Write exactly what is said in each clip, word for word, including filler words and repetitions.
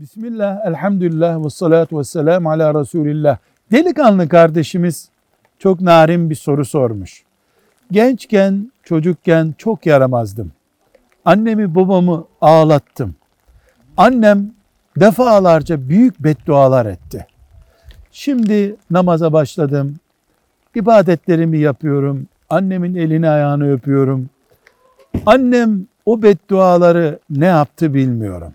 Bismillah, elhamdülillah ve salatu ve selamu ala Resulillah. Delikanlı kardeşimiz çok narin bir soru sormuş. Gençken, çocukken çok yaramazdım. Annemi babamı ağlattım. Annem defalarca büyük beddualar etti. Şimdi namaza başladım. İbadetlerimi yapıyorum. Annemin elini ayağını öpüyorum. Annem o bedduaları ne yaptı bilmiyorum.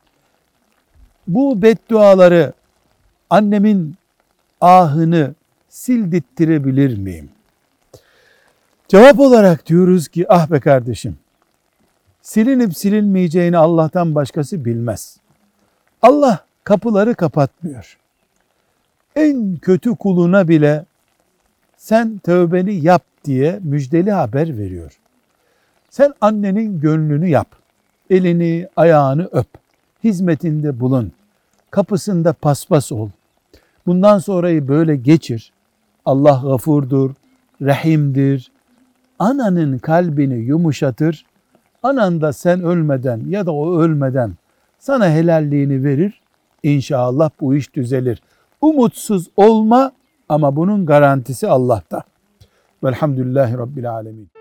Bu bedduaları, annemin ahını sildirttirebilir miyim? Cevap olarak diyoruz ki, ah be kardeşim, silinip silinmeyeceğini Allah'tan başkası bilmez. Allah kapıları kapatmıyor. En kötü kuluna bile sen tövbeni yap diye müjdeli haber veriyor. Sen annenin gönlünü yap. Elini, ayağını öp. Hizmetinde bulun. Kapısında paspas ol. Bundan sonrayı böyle geçir. Allah gafurdur, rahimdir. Ananın kalbini yumuşatır. Anan da sen ölmeden ya da o ölmeden sana helalliğini verir. İnşallah bu iş düzelir. Umutsuz olma ama bunun garantisi Allah'ta. Velhamdülillahi Rabbil Alemin.